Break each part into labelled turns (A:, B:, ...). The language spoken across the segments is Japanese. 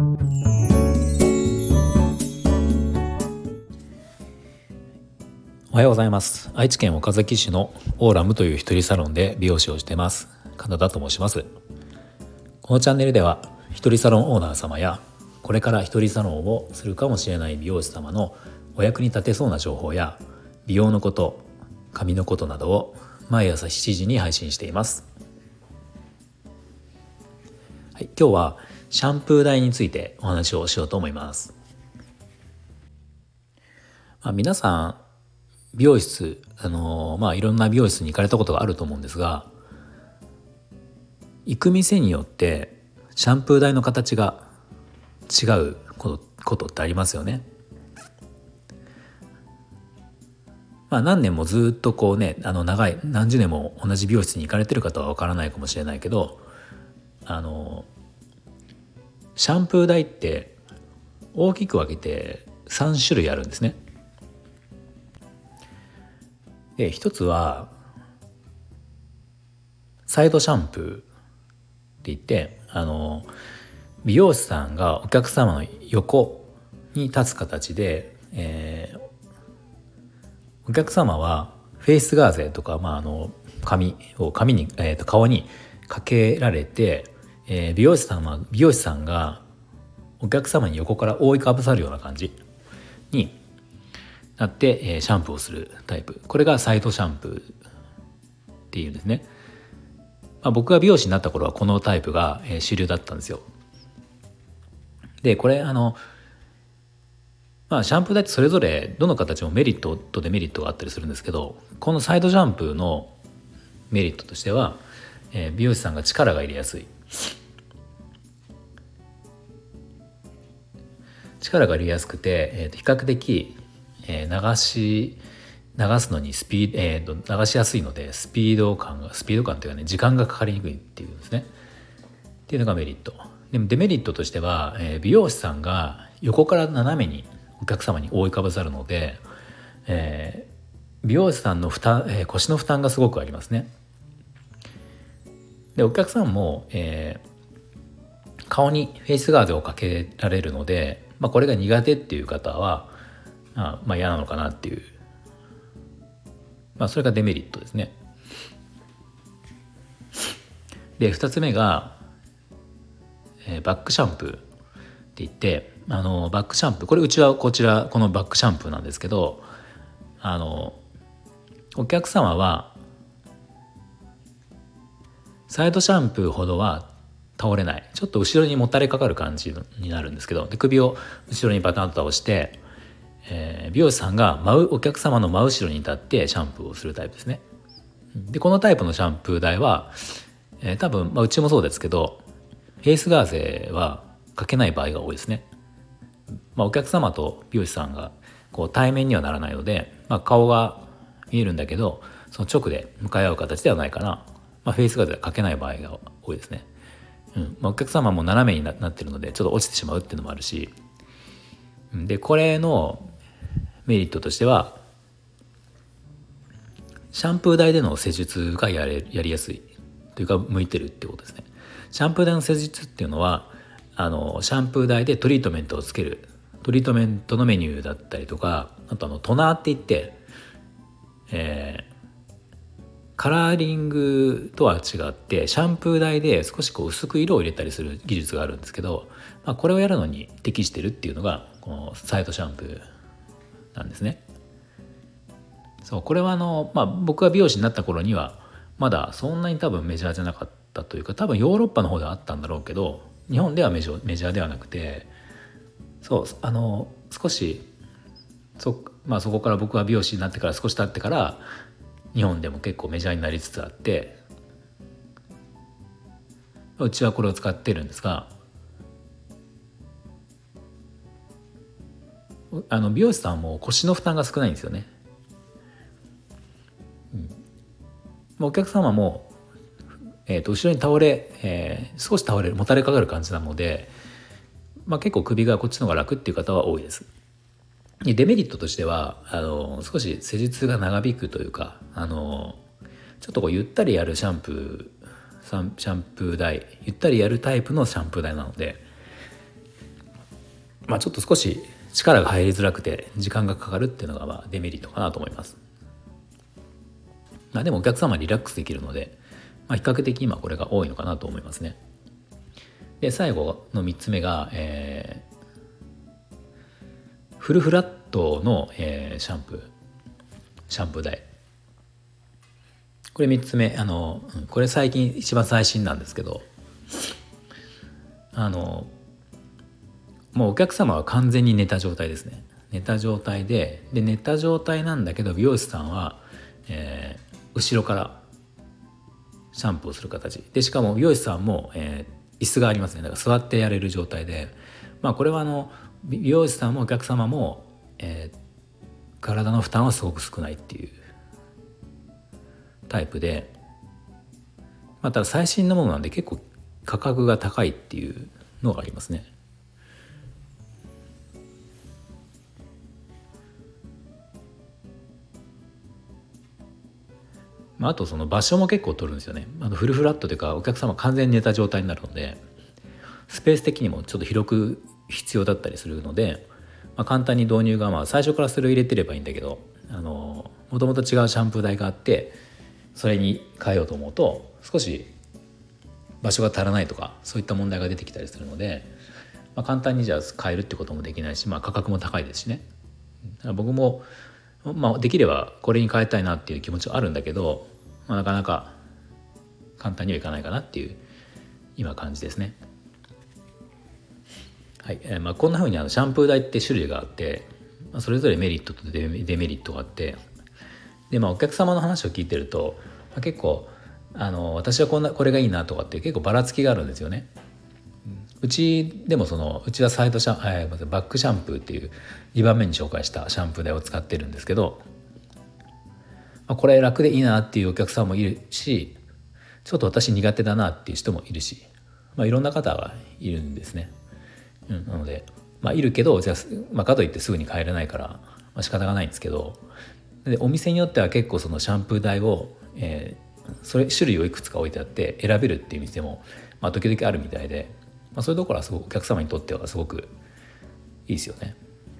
A: おはようございます。愛知県岡崎市のオーラムという一人サロンで美容師をしています金田と申します。このチャンネルでは一人サロンオーナー様やこれから一人サロンをするかもしれない美容師様のお役に立てそうな情報や美容のこと、髪のことなどを毎朝7時に配信しています。はい、今日はシャンプー台についてお話をしようと思います。皆さん美容室いろんな美容室に行かれたことがあると思うんですが、行く店によってシャンプー台の形が違うことってありますよね。何年もずっと長い何十年も同じ美容室に行かれてる方は分からないかもしれないけど、シャンプー台って大きく分けて3種類あるんですね。で、一つはサイドシャンプーって言って、美容師さんがお客様の横に立つ形で、お客様はフェイスガーゼとか、髪に、顔にかけられて、美容師さんがお客様に横から覆いかぶさるような感じになって、シャンプーをするタイプ、これがサイドシャンプーっていうんですね。僕が美容師になった頃はこのタイプが、主流だったんですよ。で、これシャンプー台ってそれぞれどの形もメリットとデメリットがあったりするんですけど、このサイドシャンプーのメリットとしては、美容師さんが力が入れやすい、力が入れやすくて、比較的、流すのに流しやすいのでスピード感というかね、時間がかかりにくいっていうんですね。っていうのがメリット。でもデメリットとしては、美容師さんが横から斜めにお客様に覆いかぶさるので、美容師さんの腰の負担がすごくありますね。で、お客さんも、顔にフェイスガーゼをかけられるので、これが苦手っていう方は嫌なのかなっていう、それがデメリットですね。で、2つ目が、バックシャンプーって言って、バックシャンプー、これうちはこのバックシャンプーなんですけど、お客様はサイドシャンプーほどは倒れない、ちょっと後ろにもたれかかる感じになるんですけど、で、首を後ろにバタンと倒して、美容師さんがお客様の真後ろに立ってシャンプーをするタイプですね。で、このタイプのシャンプー台は、多分、うちもそうですけど、フェイスガーゼはかけない場合が多いですね。お客様と美容師さんが対面にはならないので、顔が見えるんだけどその直で向かい合う形ではないから、フェイスガーゼはかけない場合が多いですね。お客様も斜めになってるのでちょっと落ちてしまうっていうのもあるし、で、これのメリットとしてはシャンプー台での施術がやりやすいというか向いてるってことですね。シャンプー台の施術っていうのはシャンプー台でトリートメントをつける、トリートメントのメニューだったりとか、あとトナーって言って、カラーリングとは違ってシャンプー台で少し薄く色を入れたりする技術があるんですけど、これをやるのに適してるっていうのがこのサイドシャンプーなんですね。そう、これは僕が美容師になった頃にはまだそんなに多分メジャーじゃなかったというか、多分ヨーロッパの方ではあったんだろうけど日本ではメジャーではなくて、少しそこから僕が美容師になってから少し経ってから日本でも結構メジャーになりつつあって、うちはこれを使ってるんですが、美容師さんも腰の負担が少ないんですよね。お客様も、後ろに少し倒れる、もたれかかる感じなので、結構首がこっちの方が楽っていう方は多いです。デメリットとしては少し施術が長引くというか、ちょっとゆったりやるシャンプー台、ゆったりやるタイプのシャンプー台なので、 ちょっと少し力が入りづらくて時間がかかるっていうのがデメリットかなと思います。でもお客様はリラックスできるので、比較的今これが多いのかなと思いますね。で最後の3つ目が、フルフラットの、シャンプー台。これ3つ目、これ最近一番最新なんですけど、もうお客様は完全に寝た状態ですね。寝た状態で寝た状態なんだけど美容師さんは、後ろからシャンプーをする形で、しかも美容師さんも、椅子がありますね。だから座ってやれる状態で、これは美容師さんもお客様も、体の負担はすごく少ないっていうタイプで、ただ最新のものなんで結構価格が高いっていうのがありますね。あとその場所も結構取るんですよね。フルフラットというかお客様完全に寝た状態になるので、スペース的にもちょっと広く必要だったりするので、簡単に導入が最初からそれを入れてればいいんだけど、もともと違うシャンプー台があってそれに変えようと思うと少し場所が足らないとかそういった問題が出てきたりするので、簡単にじゃあ変えるってこともできないし、価格も高いですしね。僕も、できればこれに変えたいなっていう気持ちはあるんだけど、なかなか簡単にはいかないかなっていう今感じですね。はい。こんな風にシャンプー台って種類があって、それぞれメリットとデメリットがあって、でお客様の話を聞いてると、結構私はこれがいいなとかって結構ばらつきがあるんですよね。うちでもうちはバックシャンプーっていう2番目に紹介したシャンプー台を使ってるんですけど、これ楽でいいなっていうお客さんもいるし、ちょっと私苦手だなっていう人もいるし、いろんな方がいるんですね。なので、いるけどじゃあ、かといってすぐに変えれないから、仕方がないんですけど、でお店によっては結構そのシャンプー台を、種類をいくつか置いてあって選べるっていう店も、時々あるみたいで、そういうところはすごくお客様にとってはすごくいいですよね。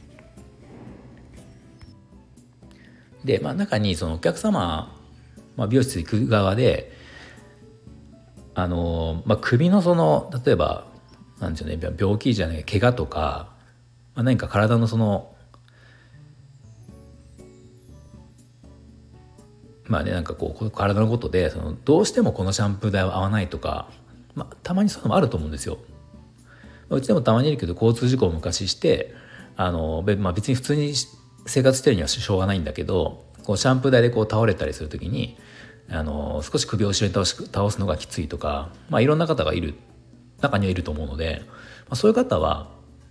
A: で、中にそのお客様、美容室行く側で首の例えばなんていうの、病気じゃない怪我とか、何か体のなんか体のことでどうしてもこのシャンプー台は合わないとか、たまにそういうのもあると思うんですよ。うちでもたまにいるけど交通事故を昔して別に普通に生活してるにはしょうがないんだけど、シャンプー台で倒れたりするときに少し首を後ろに倒すのがきついとか、いろんな方が中にはいると思うので、そういう方は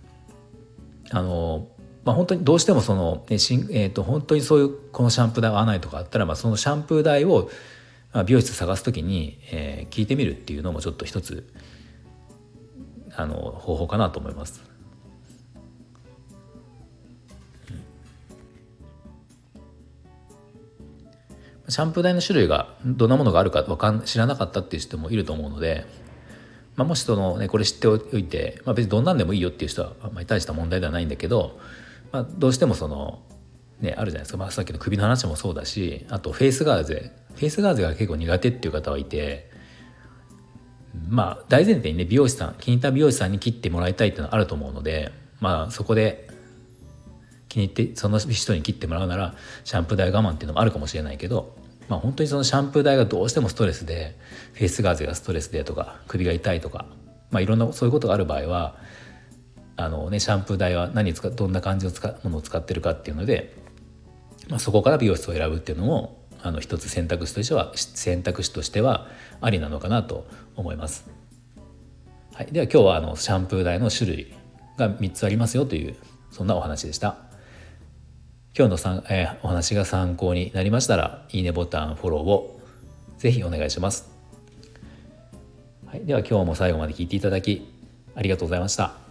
A: 本当にどうしても本当にそういうこのシャンプー台合わないとかあったら、そのシャンプー台を美容室探すときに、聞いてみるっていうのもちょっと一つ方法かなと思います。シャンプー台の種類がどんなものがあるか知らなかったっていう人もいると思うので、もしこれ知っておいて、別にどんなんでもいいよっていう人は大した問題ではないんだけど、どうしてもあるじゃないですか。さっきの首の話もそうだし、あとフェイスガーゼが結構苦手っていう方はいて、大前提にね、気に入った美容師さんに切ってもらいたいっていうのはあると思うので、そこで気に入ってその人に切ってもらうならシャンプー台我慢っていうのもあるかもしれないけど、本当にそのシャンプー台がどうしてもストレスで、フェイスガーゼがストレスでとか首が痛いとか、いろんなそういうことがある場合はシャンプー台はどんな感じのものを使ってるかっていうので、そこから美容室を選ぶっていうのも一つ選択肢としてはありなのかなと思います。はい、では今日はシャンプー台の種類が3つありますよというそんなお話でした。今日のお話が参考になりましたらいいねボタンフォローをぜひお願いします。はい、では今日も最後まで聞いていただきありがとうございました。